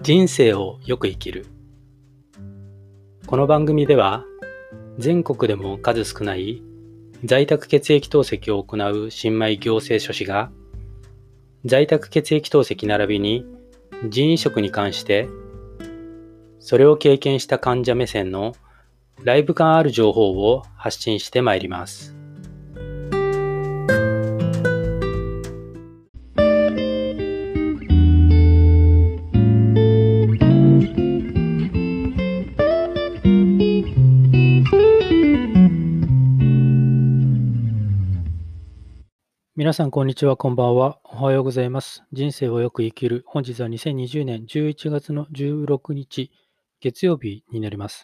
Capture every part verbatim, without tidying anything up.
人生をよく生きる。この番組では全国でも数少ない在宅血液透析を行う新米行政書士が在宅血液透析並びに腎移植に関してそれを経験した患者目線のライブ感ある情報を発信してまいります。皆さんこんにちは、こんばんは。おはようございます。人生をよく生きる。本日はにせんにじゅうねんじゅういちがつのじゅうろくにち月曜日になります。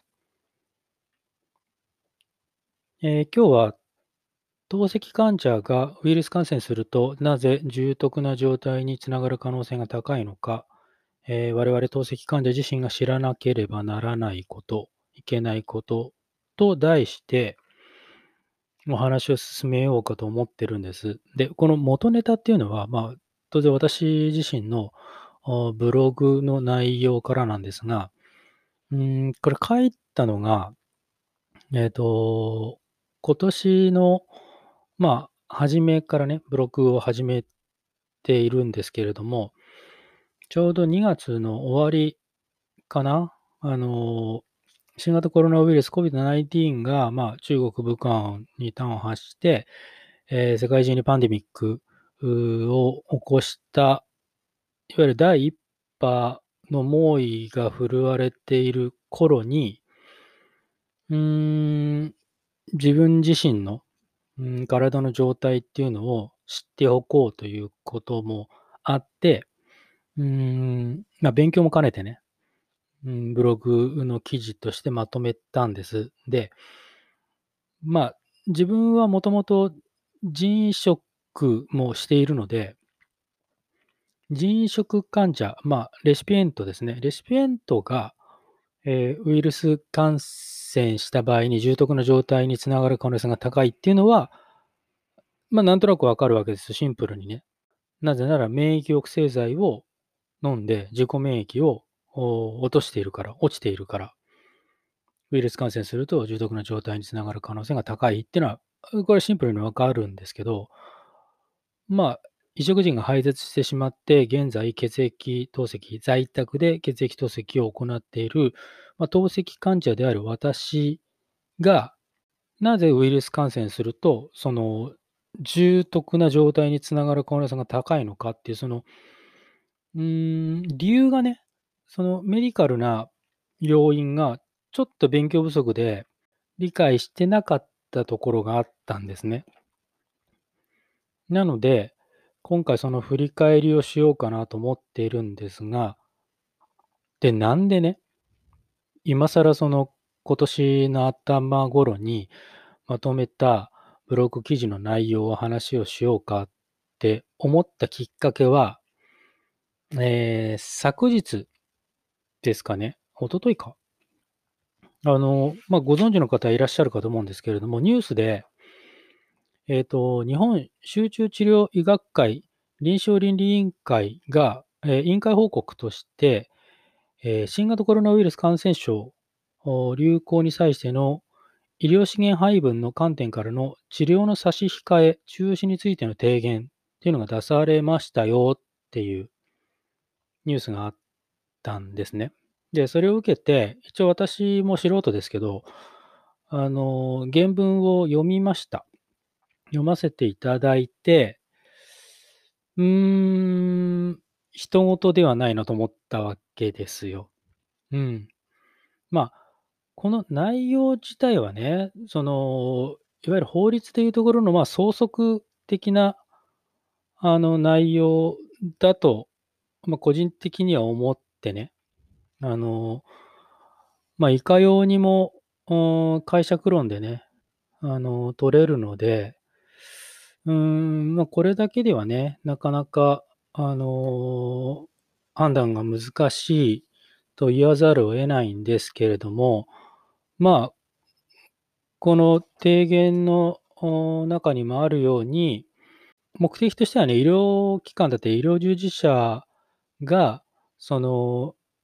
えー今日は透析患者がウイルス感染するとなぜ重篤な状態につながる可能性が高いのか、えー我々透析患者自身が知らなければならないこと、いけないことと題してお話を進めようかと思ってるんです。で、この元ネタっていうのは、まあ、当然私自身のあブログの内容からなんですが、うーん、これ書いたのが、えっと、今年の、まあ、初めからね、ブログを始めているんですけれども、ちょうどにがつの終わりかな、あの、新型コロナウイルス コビッドナインティーン が、まあ、中国武漢に端を発して、えー世界中にパンデミックうーを起こした、いわゆる第一波の猛威が振るわれている頃に、うーん、自分自身の、うん、体の状態っていうのを知っておこうということもあって、うーん、まあ、勉強も兼ねてね、うん、ブログの記事としてまとめたんです。で、まあ、自分はもともと腎移植もしているので、腎移植患者、まあ、レシピエントですね。レシピエントが、えーウイルス感染した場合に重篤な状態につながる可能性が高いっていうのは、まあ、なんとなくわかるわけです。シンプルにね。なぜなら免疫抑制剤を飲んで自己免疫をお落としているから、落ちているから、ウイルス感染すると重篤な状態につながる可能性が高いっていうのは、これシンプルにわかるんですけど、まあ、移植人が廃絶してしまって、現在血液透析、在宅で血液透析を行っている、まあ、透析患者である私が、なぜウイルス感染すると、その重篤な状態につながる可能性が高いのかっていう、その、うーん、理由がね、そのメディカルな要因がちょっと勉強不足で理解してなかったところがあったんですね。なので、今回その振り返りをしようかなと思っているんですが、で、なんでね、今更その今年の頭頃にまとめたブログ記事の内容を話をしようかって思ったきっかけは、えー昨日ですかね、一昨日か。あの、まあ、ご存知の方いらっしゃるかと思うんですけれども、ニュースで、えっと、日本集中治療医学会臨床倫理委員会が、えー委員会報告として、えー新型コロナウイルス感染症お流行に際しての医療資源配分の観点からの治療の差し控え、中止についての提言っていうのが出されましたよっていうニュースがあったんですね。で、それを受けて、一応私も素人ですけど、あの、原文を読みました。読ませていただいて、うーん、人事ではないなと思ったわけですよ。うん。まあ、この内容自体はね、その、いわゆる法律でいうところの、まあ、総則的な、あの、内容だと、まあ、個人的には思ってね、あの、まあ、いかようにも、うーん、解釈論でね、あの、取れるので、うーん、まあ、これだけではね、なかなか、あの、判断が難しいと言わざるを得ないんですけれども、まあ、この提言のお中にもあるように、目的としてはね、医療機関だって医療従事者が、その、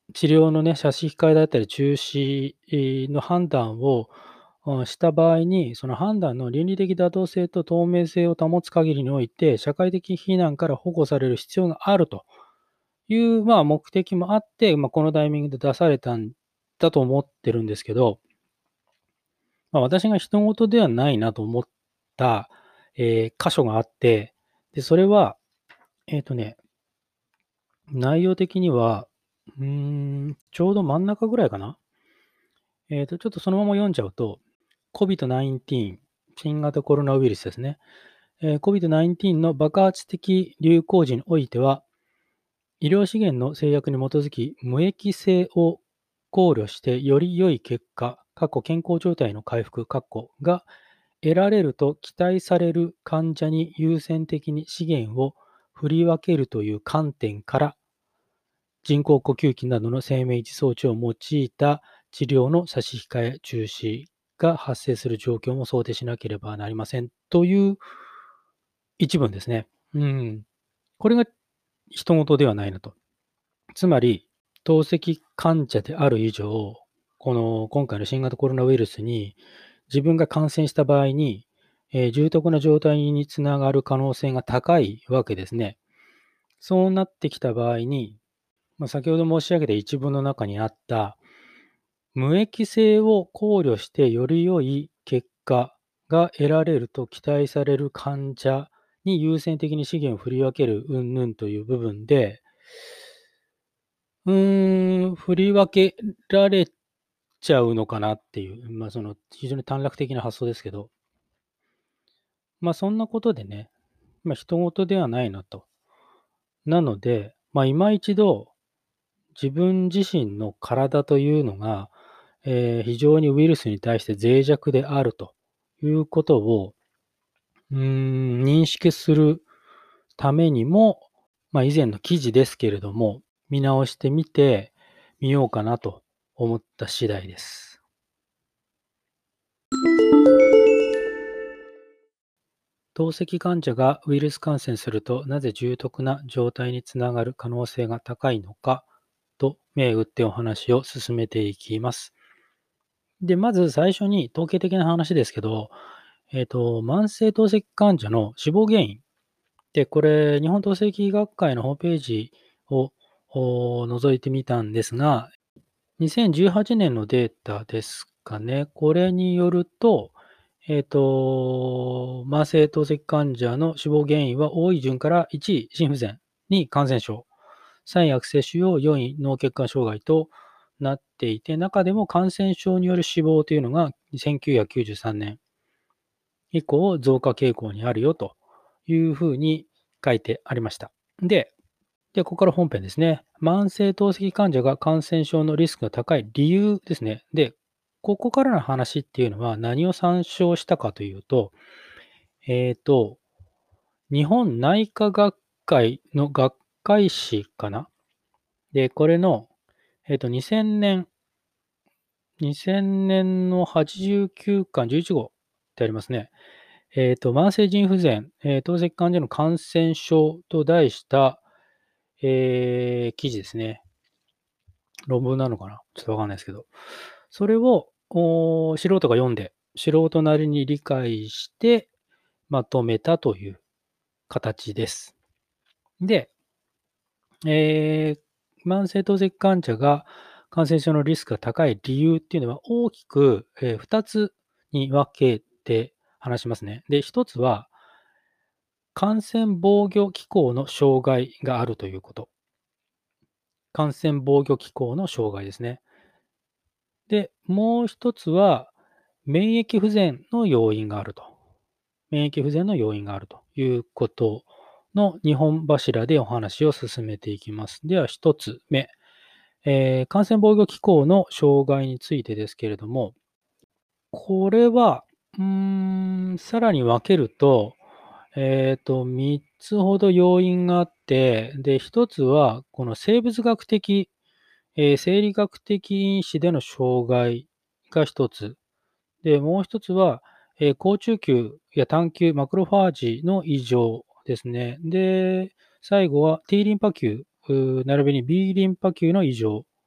治療のね、差し控えだったり中止の判断をうんした場合に、その判断の倫理的妥当性と透明性を保つ限りにおいて、社会的非難から保護される必要があるという、まあ、目的もあって、まあ、このタイミングで出されたんだと思ってるんですけど、まあ、私が人事ではないなと思った、えー箇所があって、で、それは、えっとね、内容的には、うーん、ちょうど真ん中ぐらいかな。えっと、ちょっとそのまま読んじゃうと、コビドナインティーン、新型コロナウイルスですね。えー コビドナインティーン の爆発的流行時においては、医療資源の制約に基づき、無益性を考慮してより良い結果、過去健康状態の回復、過去が得られると期待される患者に優先的に資源を振り分けるという観点から、人工呼吸器などの生命維持装置を用いた治療の差し控え、中止が発生する状況も想定しなければなりませんという一文ですね。うん。これが人事ではないなと。つまり、透析患者である以上、この今回の新型コロナウイルスに自分が感染した場合に、えー重篤な状態につながる可能性が高いわけですね。そうなってきた場合に、まあ、先ほど申し上げた一文の中にあった、無益性を考慮してより良い結果が得られると期待される患者に優先的に資源を振り分ける云々という部分で、うーん、振り分けられちゃうのかなっていう、まあ、その非常に短絡的な発想ですけど、まあ、そんなことでね、まあ、人事ではないなと。なので、まあ、今一度自分自身の体というのが、えー非常にウイルスに対して脆弱であるということを、うーん、認識するためにも、まあ、以前の記事ですけれども、見直してみてみようかなと思った次第です。透析患者がウイルス感染するとなぜ重篤な状態につながる可能性が高いのかと銘打ってお話を進めていきます。で、まず最初に統計的な話ですけど、えっと、慢性透析患者の死亡原因で、これ、日本透析学会のホームページをお覗いてみたんですが、にせんじゅうはちねんのデータですかね。これによると、えっと、慢性透析患者の死亡原因は多い順からいちい、心不全、にい、感染症、さんい、悪性腫瘍、よんい、脳血管障害となっていて、中でも感染症による死亡というのがせんきゅうひゃくきゅうじゅうさんねん以降増加傾向にあるよというふうに書いてありました。で、で、ここから本編ですね。慢性透析患者が感染症のリスクが高い理由ですね。で、ここからの話っていうのは何を参照したかというと、えっと、日本内科学会の学会誌かな。で、これの、えっと、にせんねん、にせんねんのはちじゅうきゅうかんじゅういち号ってありますね。えっと、慢性腎不全、えー透析患者の感染症と題した、えー記事ですね。論文なのかなちょっとわかんないですけど。それを、お素人が読んで、素人なりに理解してまとめたという形です。で、えー慢性透析患者が感染症のリスクが高い理由っていうのは大きく、えーふたつに分けて話しますね。で、ひとつは感染防御機構の障害があるということ。感染防御機構の障害ですね。で、もう一つは、免疫不全の要因があると。免疫不全の要因があるということのにほん柱でお話を進めていきます。では、一つ目、えー感染防御機構の障害についてですけれども、これは、うーん、さらに分けると、えっと、みっつほど要因があって、で、一つは、この生物学的、えー生理学的因子での障害が一つ。で、もう一つは、えー好中球や単球、マクロファージの異常ですね。で、最後は T リンパ球、うー並びに B リンパ球の異常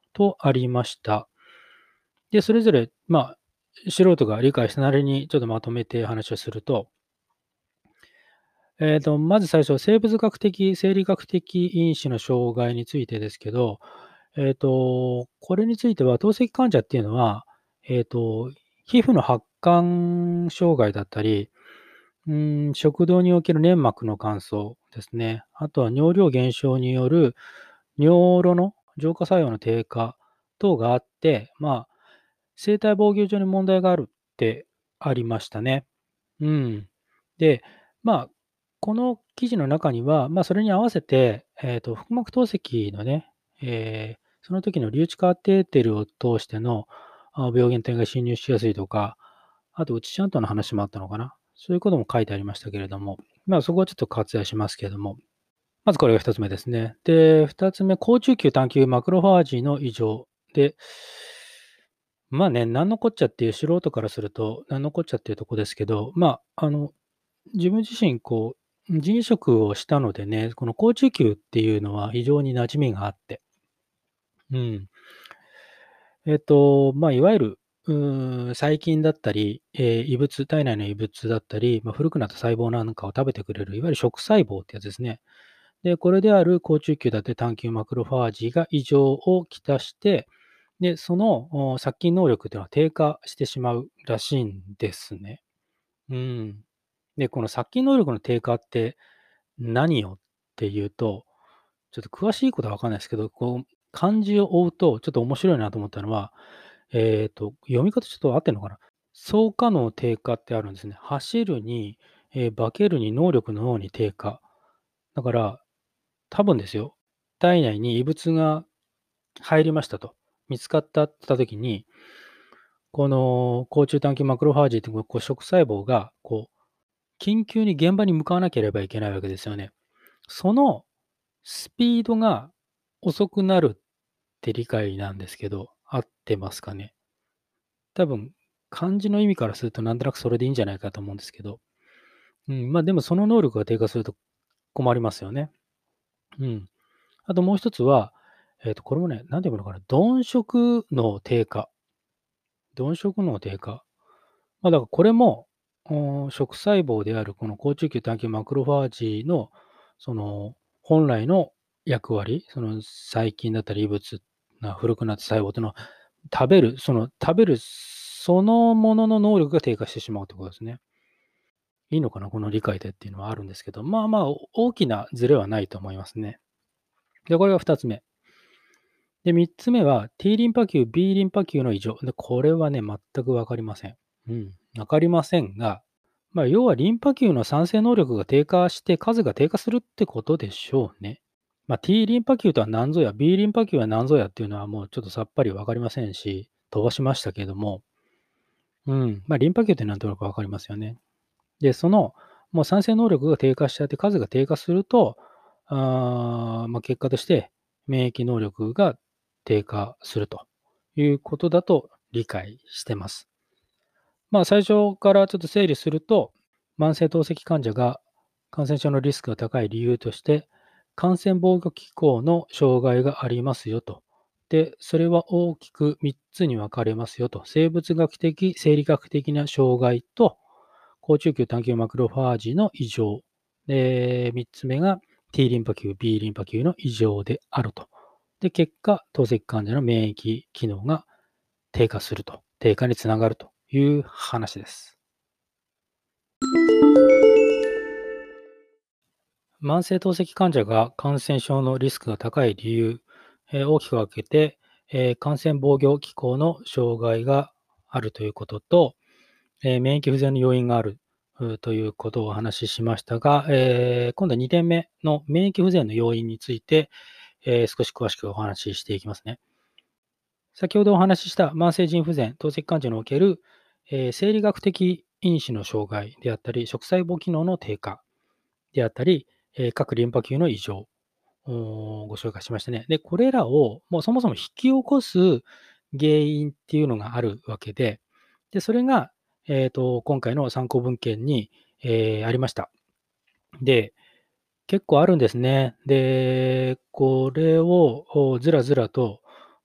とありました。で、それぞれ、まあ、素人が理解したなりにちょっとまとめて話をすると、えっと、まず最初、生物学的、生理学的因子の障害についてですけど、えっと、これについては、透析患者っていうのは、えっと、皮膚の発汗障害だったり、うーん、食道における粘膜の乾燥ですね。あとは尿量減少による尿路の浄化作用の低下等があって、まあ、生体防御上に問題があるってありましたね。うん。で、まあ、この記事の中には、まあ、それに合わせて、えっと、腹膜透析のね、えーその時のリューチカーテーテルを通してのあ病原体が侵入しやすいとか、あと、うちちゃんとの話もあったのかな。そういうことも書いてありましたけれども、まあ、そこはちょっと割愛しますけれども、まずこれが一つ目ですね。で、二つ目、高中球単球マクロファージの異常で、まあね、なんのこっちゃっていう素人からすると、なんのこっちゃっていうとこですけど、まあ、あの、自分自身、こう、腎移植をしたのでね、この高中球っていうのは非常に馴染みがあって、うん。えっと、まあ、いわゆる、うーん、細菌だったり、えー異物、体内の異物だったり、まあ、古くなった細胞なんかを食べてくれる、いわゆる食細胞ってやつですね。で、これである高中球だって単球マクロファージが異常をきたして、で、そのお殺菌能力というのは低下してしまうらしいんですね。うん。で、この殺菌能力の低下って何よっていうと、ちょっと詳しいことはわかんないですけど、こう、漢字を追うとちょっと面白いなと思ったのは、えっと、読み方ちょっと合ってんのかな。走化能低下ってあるんですね。走るに、えー化けるに能力の能に低下。だから、多分ですよ、体内に異物が入りましたと。見つかったって言った時に、この高中短期マクロファージってこうこう食細胞が、こう、緊急に現場に向かわなければいけないわけですよね。そのスピードが遅くなるって理解なんですけど、合ってますかね。多分、漢字の意味からするとなんとなくそれでいいんじゃないかと思うんですけど。うん、ま、でもその能力が低下すると困りますよね。うん。あともう一つは、えっと、これもね、なんて読むのかな、鈍色の低下。鈍色の低下。ま、だからこれも、おー食細胞であるこの好中球単球マクロファージの、その、本来の役割、その細菌だったり異物な古くなった細胞というのは、食べる、その食べるそのものの能力が低下してしまうということですね。いいのかな、この理解でっていうのはあるんですけど、まあまあ、お大きなズレはないと思いますね。で、これがふたつめ。で、みっつめは T リンパ球、B リンパ球の異常。で、これはね、全くわかりません。うん、わかりませんが、まあ、要はリンパ球の産生能力が低下して数が低下するってことでしょうね。まあ、T リンパ球とは何ぞや、B リンパ球は何ぞやっていうのはもうちょっとさっぱりわかりませんし、飛ばしましたけども、うん、まあ、リンパ球ってなんとなくわかりますよね。で、その、もう産生能力が低下しちゃって数が低下すると、あーまあ、結果として免疫能力が低下するということだと理解してます。まあ、最初からちょっと整理すると、慢性透析患者が感染症のリスクが高い理由として、感染防御機構の障害がありますよと。で、それは大きくみっつに分かれますよと。生物学的、生理学的な障害と、高中球単球マクロファージの異常。で、みっつめが T リンパ球、B リンパ球の異常であると。で、結果、透析患者の免疫機能が低下すると。低下につながるという話です。慢性透析患者が感染症のリスクが高い理由、えー大きく分けて、えー感染防御機構の障害があるということと、えー免疫不全の要因があるうということをお話ししましたが、えー今度はにてんめの免疫不全の要因について、えー少し詳しくお話ししていきますね。先ほどお話しした慢性腎不全、透析患者における、えー生理学的因子の障害であったり、食細胞機能の低下であったり、えー各リンパ球の異常をご紹介しましたね。で、これらをもうそもそも引き起こす原因っていうのがあるわけで、で、それが、えっと、今回の参考文献に、えーありました。で、結構あるんですね。で、これをおずらずらと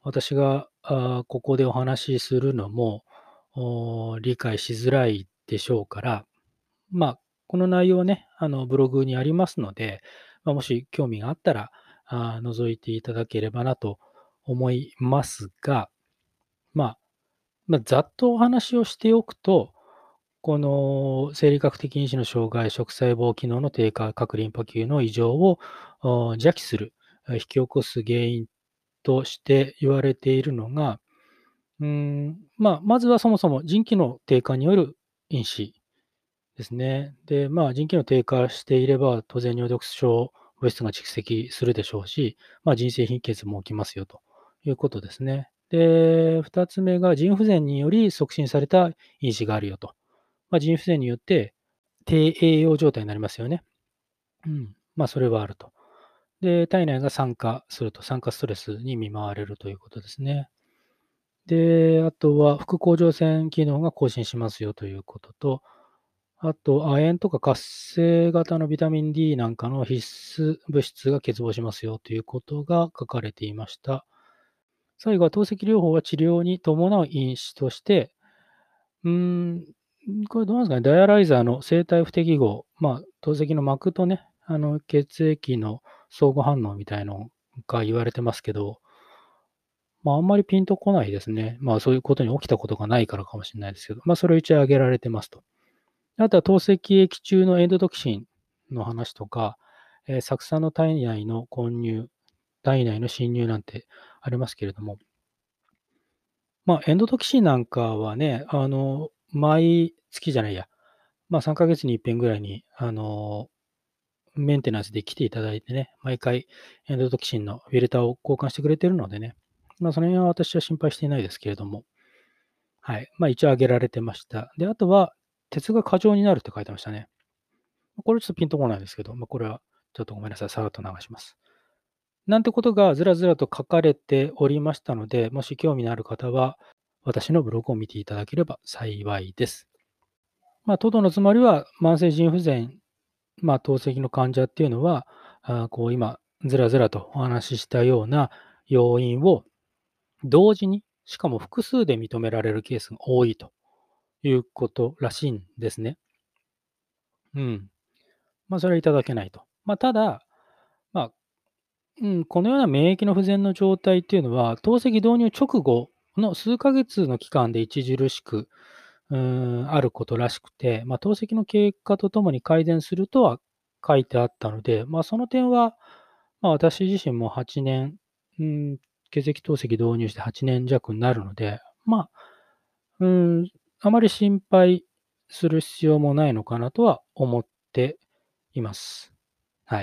私があーここでお話しするのもお理解しづらいでしょうから、まあ、この内容はね、あのブログにありますので、まあ、もし興味があったらあー覗いていただければなと思いますが、まあ、まあ、ざっとお話をしておくと、この生理学的因子の障害、食細胞機能の低下、各リンパ球の異常をお邪気する、引き起こす原因として言われているのが、うーん、まあ、まずはそもそも腎機能低下による因子ですね。で、まあ、腎機能低下していれば、当然尿毒症物質が蓄積するでしょうし、まあ、腎性貧血も起きますよということですね。で、ふたつめが腎不全により促進された因子があるよと。まあ、腎不全によって低栄養状態になりますよね。うん。まあ、それはあると。で、体内が酸化すると、酸化ストレスに見舞われるということですね。で、あとは副甲状腺機能が更新しますよということと、あと、亜鉛とか活性型のビタミン D なんかの必須物質が欠乏しますよということが書かれていました。最後は透析療法は治療に伴う因子として、うーん、これどうなんですかね、ダイアライザーの生体不適合、まあ、透析の膜とね、あの血液の相互反応みたいのが言われてますけど、まあ、あんまりピンとこないですね。まあ、そういうことに起きたことがないからかもしれないですけど、まあ、それを一応挙げられてますと。あとは透析液中のエンドトキシンの話とか、えー、酢酸の体内の混入、体内の侵入なんてありますけれども、まあ、エンドトキシンなんかはね、あの、毎月じゃないや、まあ、さんかげつに一遍ぐらいに、あの、メンテナンスで来ていただいてね、毎回エンドトキシンのフィルターを交換してくれてるのでね、まあ、その辺は私は心配していないですけれども、はい。まあ、一応挙げられてました。で、あとは、鉄が過剰になるって書いてましたね。これちょっとピンとこないですけど、まあ、これはちょっとごめんなさい。さらっと流します。なんてことがずらずらと書かれておりましたので、もし興味のある方は、私のブログを見ていただければ幸いです。まあ、トドのつまりは、慢性腎不全、まあ、透析の患者っていうのは、あこう今、ずらずらとお話ししたような要因を同時に、しかも複数で認められるケースが多いということらしいんですね。うん。まあ、それはいただけないと。まあ、ただ、まあ、うん、このような免疫の不全の状態っていうのは、透析導入直後の数ヶ月の期間で著しく、うーん、あることらしくて、まあ、透析の経過とともに改善するとは書いてあったので、まあ、その点は、まあ、私自身もはちねん、うん、血液透析導入してはちねん弱になるので、まあ、うん、あまり心配する必要もないのかなとは思っています。はい。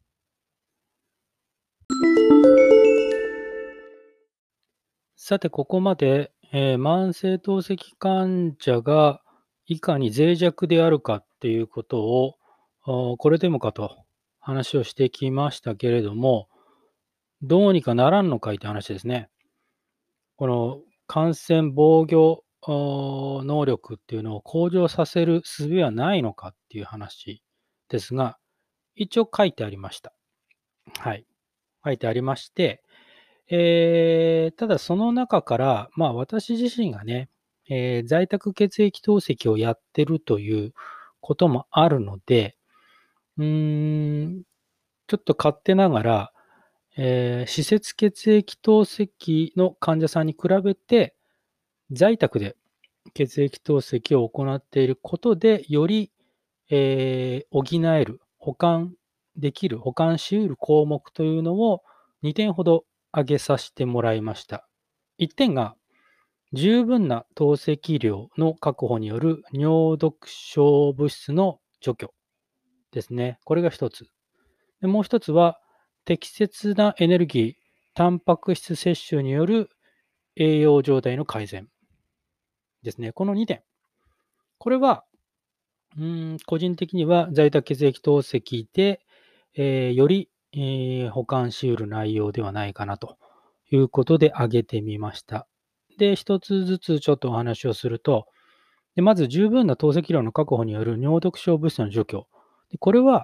さて、ここまで、えー慢性透析患者がいかに脆弱であるかっていうことを、あこれでもかと話をしてきましたけれども、どうにかならんのかいって話ですね。この感染防御あ能力っていうのを向上させる術はないのかっていう話ですが、一応書いてありました。はい。書いてありまして、えーただその中から、まあ私自身がね、えー在宅血液透析をやってるということもあるので、うーん、ちょっと勝手ながら、えー施設血液透析の患者さんに比べて、在宅で血液透析を行っていることで、より、えー補える、保管できる、保管し得る項目というのをにてんほど挙げさせてもらいました。いってんが、十分な透析量の確保による尿毒症物質の除去ですね。これが一つ。でもう一つは、適切なエネルギー、タンパク質摂取による栄養状態の改善ですね。このにてん。これは、うーん、個人的には在宅血液透析で、えーより、えー保管し得る内容ではないかなということで挙げてみました。で、一つずつちょっとお話をすると、でまず十分な透析量の確保による尿毒症物質の除去。でこれは、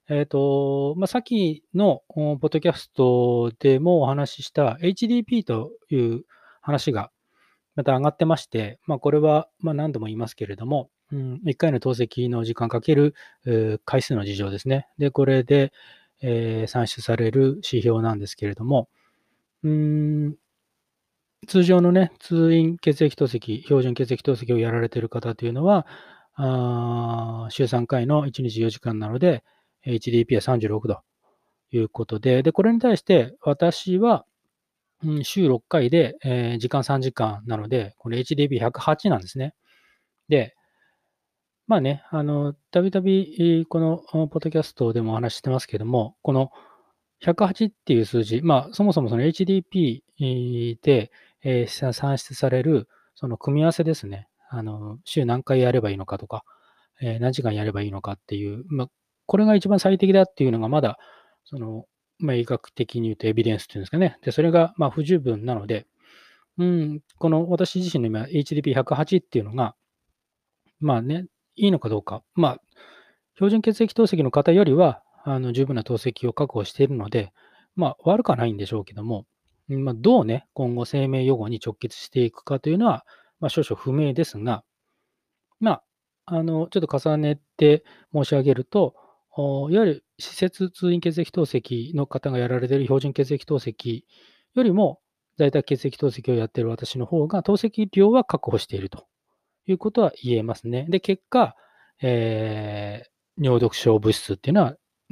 えっと、まあ、さっきの、おポッドキャストでもお話しした エイチディーピー という話がまた上がってまして、まあ、これは、ま、何度も言いますけれども、うん、いっかいの透析の時間かける、う回数の事情ですね。で、これで、えー算出される指標なんですけれども、うーん、通常のね、通院血液透析、標準血液透析をやられている方というのは、あー週さんかいのいちにちよじかんなので、エイチディーピー はさんじゅうろくということで、で、これに対して私は、うん、週ろっかいで、えー時間さんじかんなので、これ エイチディーピーひゃくはち なんですね。で、まあね、あの、たびたび、このポッドキャストでもお話ししてますけども、このひゃくはちっていう数字、まあ、そもそもその エイチディーピー で、えー算出される、その組み合わせですね。あの、週何回やればいいのかとか、えー何時間やればいいのかっていう、まあ、これが一番最適だっていうのがまだ、その、まあ、医学的に言うとエビデンスっていうんですかね。で、それが、まあ、不十分なので、うん、この私自身の今 エイチディーピーひゃくはち っていうのが、まあね、いいのかどうか。まあ、標準血液透析の方よりは、あの、十分な透析を確保しているので、まあ、悪くはないんでしょうけども、まあ、どうね、今後生命予後に直結していくかというのは、まあ、少々不明ですが、まあ、あの、ちょっと重ねて申し上げると、おいわゆる施設通院血液透析の方がやられている標準血液透析よりも、在宅血液透析をやっている私の方が、透析量は確保しているということは言えますね。で、結果、えー尿毒症物質っていうのは、うん、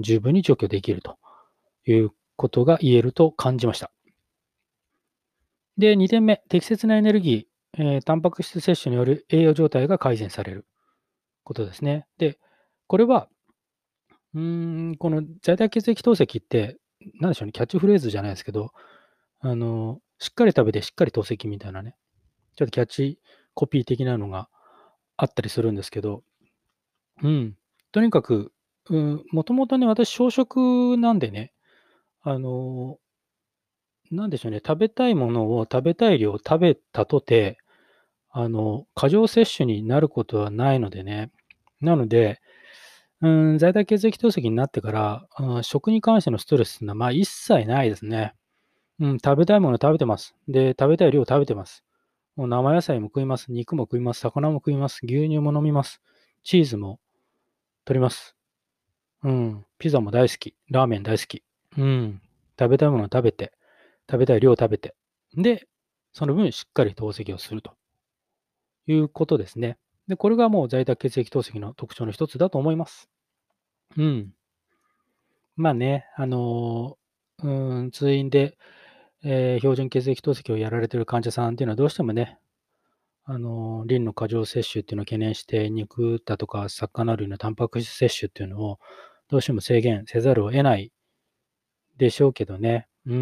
十分に除去できるということが言えると感じました。で、にてんめ、適切なエネルギー、えータンパク質摂取による栄養状態が改善されることですね。で、これは、うーん、この在宅血液透析って、なんでしょうね、キャッチフレーズじゃないですけど、あの、しっかり食べてしっかり透析みたいなね、ちょっとキャッチコピー的なのがあったりするんですけど、うん。とにかく、うん、もともとね、私、小食なんでね、あの、なんでしょうね、食べたいものを食べたい量食べたとて、あの、過剰摂取になることはないのでね。なので、うん、在宅血液透析になってから、うん、食に関してのストレスっていうのは、まあ、一切ないですね。うん、食べたいもの食べてます。で、食べたい量食べてます。もう生野菜も食います。肉も食います。魚も食います。牛乳も飲みます。チーズも摂ります。うん。ピザも大好き。ラーメン大好き。うん。食べたいものを食べて、食べたい量を食べて、で、その分しっかり透析をするということですね。で、これがもう在宅血液透析の特徴の一つだと思います。うん。まあね、あの、うーん、通院で、えー標準血液透析をやられている患者さんっていうのはどうしてもね、あの、リンの過剰摂取っていうのを懸念して、肉だとか魚類のタンパク質摂取っていうのをどうしても制限せざるを得ないでしょうけどね。うん。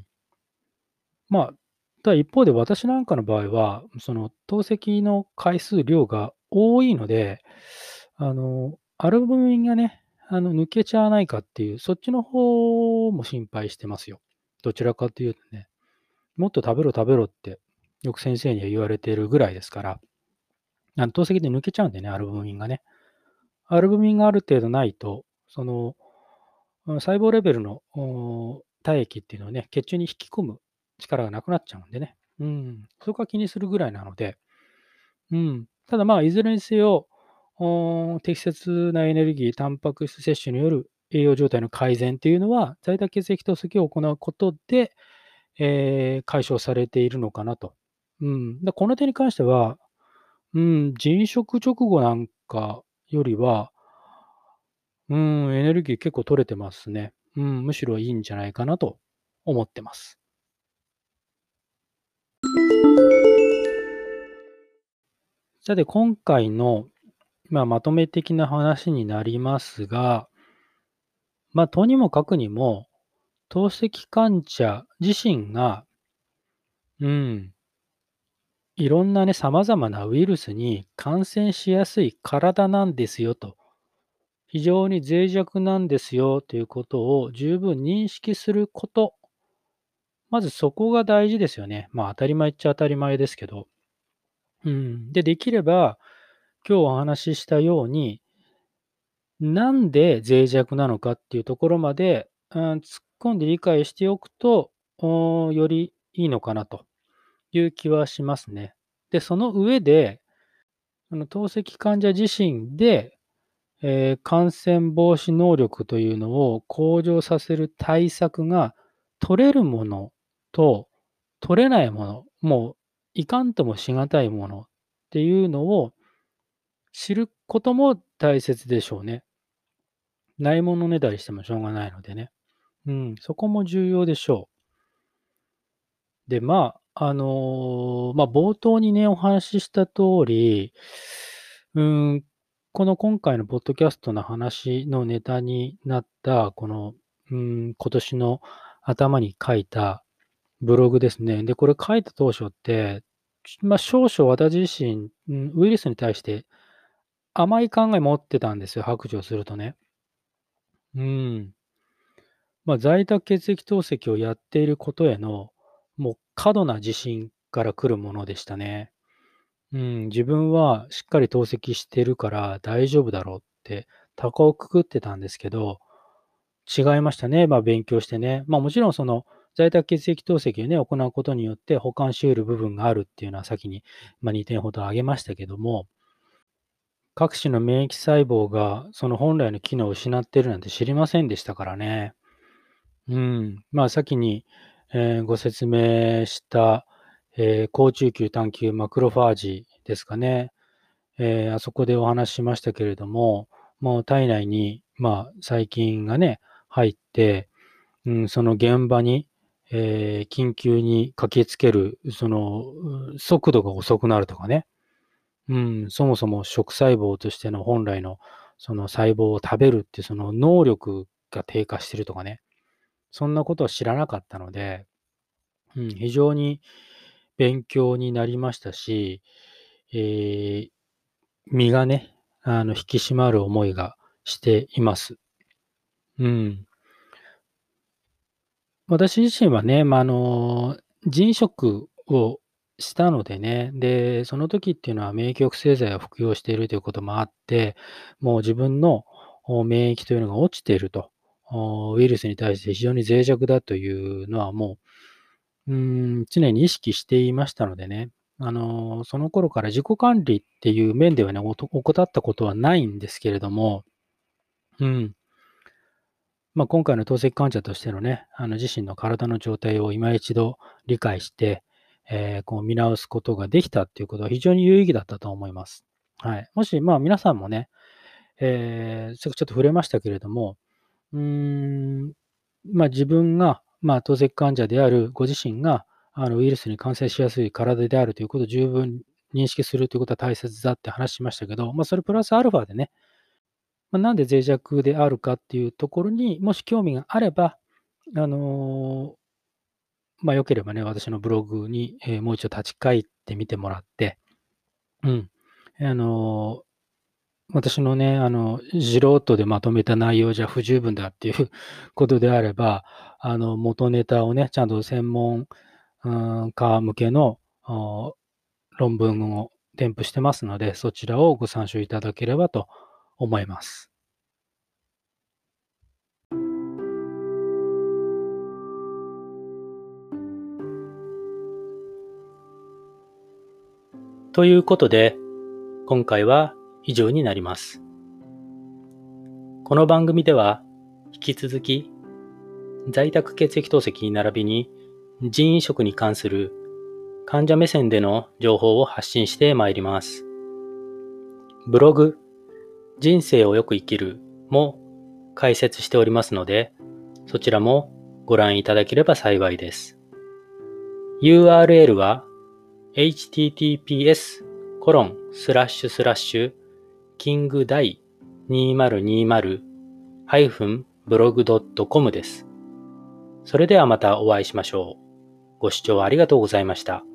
まあ、ただ一方で私なんかの場合は、その透析の回数量が多いので、あの、アルブミンがね、あの、抜けちゃわないかっていう、そっちの方も心配してますよ。どちらかというとね、もっと食べろ食べろって、よく先生には言われているぐらいですから、あの透析で抜けちゃうんでね、アルブミンがね。アルブミンがある程度ないと、その、うん細胞レベルのお体液っていうのをね、血中に引き込む力がなくなっちゃうんでね。うん、そこは気にするぐらいなので、うん。ただまあ、いずれにせよ、お適切なエネルギー、タンパク質摂取による栄養状態の改善っていうのは、在宅血液透析を行うことで、えー解消されているのかなと。うん。でこの点に関しては、うん、腎食直後なんかよりは、うん、エネルギー結構取れてますね。うん、むしろいいんじゃないかなと思ってます。さて、今回の、まあ、まとめ的な話になりますが、まあ、とにもかくにも、透析患者自身が、うん、いろんなね、様々なウイルスに感染しやすい体なんですよと、非常に脆弱なんですよということを十分認識すること、まずそこが大事ですよね。まあ、当たり前っちゃ当たり前ですけど、うん。で、できれば、今日お話ししたように、 なんで脆弱なのかっていうところまで、うん、突っ込んで理解しておくと、およりいいのかなという気はしますね。で、その上で、あの透析患者自身で、えー感染防止能力というのを向上させる対策が取れるものと取れないもの、もういかんともしがたいものっていうのを知ることも大切でしょうね。ないものねだりしてもしょうがないのでね。うん、そこも重要でしょう。で、まあ、あの、まあ、冒頭にね、お話しした通り、うーん、この今回のポッドキャストの話のネタになった、この、うーん、今年の頭に書いたブログですね。で、これ書いた当初って、まあ、少々私自身、うん、ウイルスに対して甘い考え持ってたんですよ、白状するとね。うん。まあ、在宅血液透析をやっていることへの、もう過度な自信から来るものでしたね。うん、自分はしっかり透析してるから大丈夫だろうって、高をくくってたんですけど、違いましたね。まあ、勉強してね。まあ、もちろんその在宅血液透析をね、行うことによって補完し得る部分があるっていうのは先に、まあ、にてんほど挙げましたけども、各種の免疫細胞がその本来の機能を失っているなんて知りませんでしたからね。うん。まあ、先に、えーご説明した、えー好中球単球マクロファージですかね。えーあそこでお話ししましたけれども、もう体内に、まあ、細菌がね、入って、うん、その現場に、えー緊急に駆けつける、その、う速度が遅くなるとかね。うん、そもそも食細胞としての本来のその細胞を食べるっていうその能力が低下してるとかね。そんなことは知らなかったので、うん、非常に勉強になりましたし、えー身がね、あの、引き締まる思いがしています。うん。私自身はね、まあ、あの、腎食をしたのでね、で、その時っていうのは免疫抑制剤を服用しているということもあって、もう自分のお免疫というのが落ちていると、おウイルスに対して非常に脆弱だというのはもう、うーん、常に意識していましたのでね、あの、その頃から自己管理っていう面ではね、おと怠ったことはないんですけれども、うん。まあ、今回の透析患者としてのね、あの、自身の体の状態を今一度理解して、えーこう見直すことができたっていうことは非常に有意義だったと思います。はい。もし、まあ、皆さんもね、えー、さっきちょっと触れましたけれども、うーん、まあ、自分が、まあ、透析患者であるご自身が、あの、ウイルスに感染しやすい体であるということを十分認識するということは大切だって話しましたけど、まあ、それプラスアルファでね、まあ、なんで脆弱であるかっていうところに、もし興味があれば、あの、まあ、良ければね、私のブログに、えーもう一度立ち返ってみてもらって、うん。あの、私のね、あの、素人でまとめた内容じゃ不十分だっていうことであれば、あの、元ネタをね、ちゃんと専門、うーん、家向けの、あ論文を添付してますので、そちらをご参照いただければと思います。ということで、今回は以上になります。この番組では引き続き在宅血液透析並びに腎移植に関する患者目線での情報を発信してまいります。ブログ人生をよく生きるも解説しておりますので、そちらもご覧いただければ幸いです。ユーアールエル は エイチティーティーピーエスコロンスラッシュスラッシュキングダイにせんにじゅうハイフンブログドットコムです。それではまたお会いしましょう。ご視聴ありがとうございました。